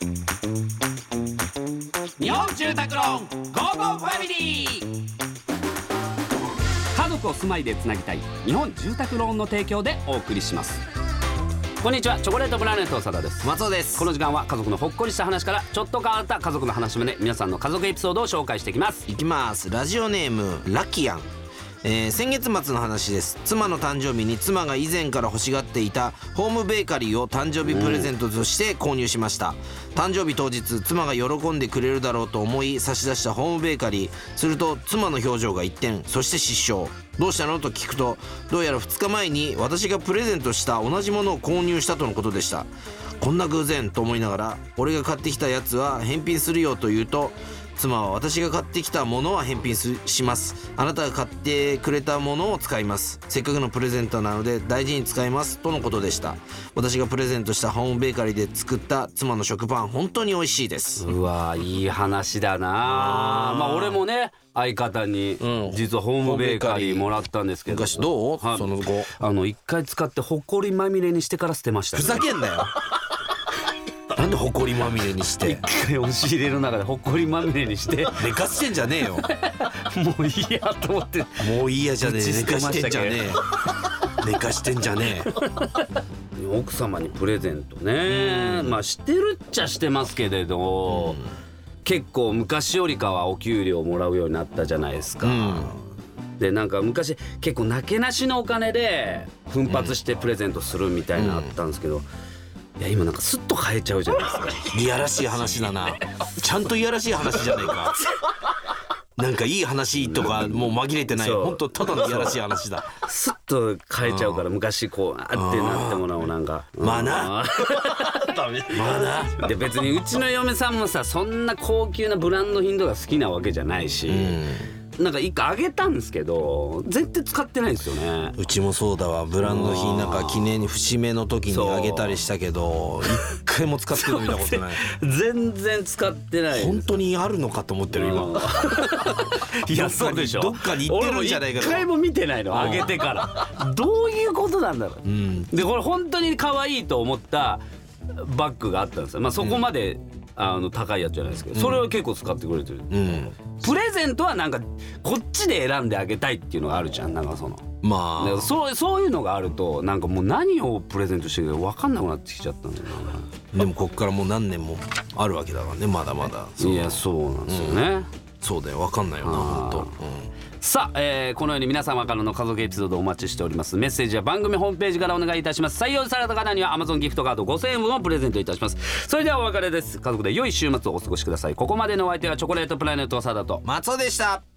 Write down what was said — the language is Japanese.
日本住宅ローンゴーゴーファミリー。家族を住まいでつなぎたい日本住宅ローンの提供でお送りします。こんにちは、チョコレートプラネット長田です。 松尾です。 この時間は家族のほっこりした話からちょっと変わった家族の話まで皆さんの家族エピソードを紹介していきます。 いきます。ラジオネームラキヤン。先月末の話です。妻の誕生日に妻が以前から欲しがっていたホームベーカリーを誕生日プレゼントとして購入しました。誕生日当日、妻が喜んでくれるだろうと思い差し出したホームベーカリー。すると妻の表情が一転、そして失笑。どうしたのと聞くと、どうやら2日前に私がプレゼントした同じものを購入したとのことでした。こんな偶然と思いながら、俺が買ってきたやつは返品するよと言うと、妻は私が買ってきたものは返品します。あなたが買ってくれたものを使います。せっかくのプレゼントなので大事に使いますとのことでした。私がプレゼントしたホームベーカリーで作った妻の食パン、本当に美味しいです。 うわ、いい話だな。まあ俺もね、相方に実はホームベーカリーもらったんですけど、 昔どう、 はい、 その後 1回使ってほこりまみれにしてから捨てました、ね、 ふざけんなよなんでほこりまみれにして一回押し入れの中でほこりまみれにして寝かしてんじゃねえよもういいやと思って、 もういいやじゃねえ、寝かしてんじゃねえ寝かしてんじゃねえ奥様にプレゼントね、まあしてるっちゃしてますけれど、結構昔よりかはお給料もらうようになったじゃないですか、でなんか昔結構なけなしのお金で奮発してプレゼントするみたいなのあったんですけど、いや今なんかスッと変えちゃうじゃないですかいやらしい話だな。ちゃんといやらしい話じゃないかなんかいい話とかもう紛れてない、本当ただのいやらしい話だ。 スッと変えちゃうから、昔こうあってなってものをなんかまあなまあなで別にうちの嫁さんもさ、そんな高級なブランド品とか好きなわけじゃないし、なんか一個あげたんですけど絶対使ってないんですよね。 うちもそうだわ。ブランド品なんか記念に節目の時にあげたりしたけど一回も使ってるの見たことない全然使ってない。 本当にあるのかと思ってる今いやそうでしょ、 どっかに行ってるんじゃないかと。 俺も一回も見てないの、あげてからどういうことなんだろう、でこれ本当に可愛いと思ったバッグがあったんですよ。まあそこまで、高いやつじゃないですけど、それを結構使ってくれてる、プレゼントはなんかこっちで選んであげたいっていうのがあるじゃん。なんかそのまあそういうのがあるとなんかもう何をプレゼントしてるか分かんなくなってきちゃったんだよな。 でもこっからもう何年もあるわけだからね、まだまだ。 いやそうなんですよね、 そうだよ、分かんないよな本当。 さあ、このように皆様からの家族エピソードをお待ちしております。メッセージは番組ホームページからお願いいたします。採用された方には Amazon ギフトカード5000円分をプレゼントいたします。それではお別れです。家族で良い週末をお過ごしください。ここまでのお相手はチョコレートプラネット長田と松尾でした。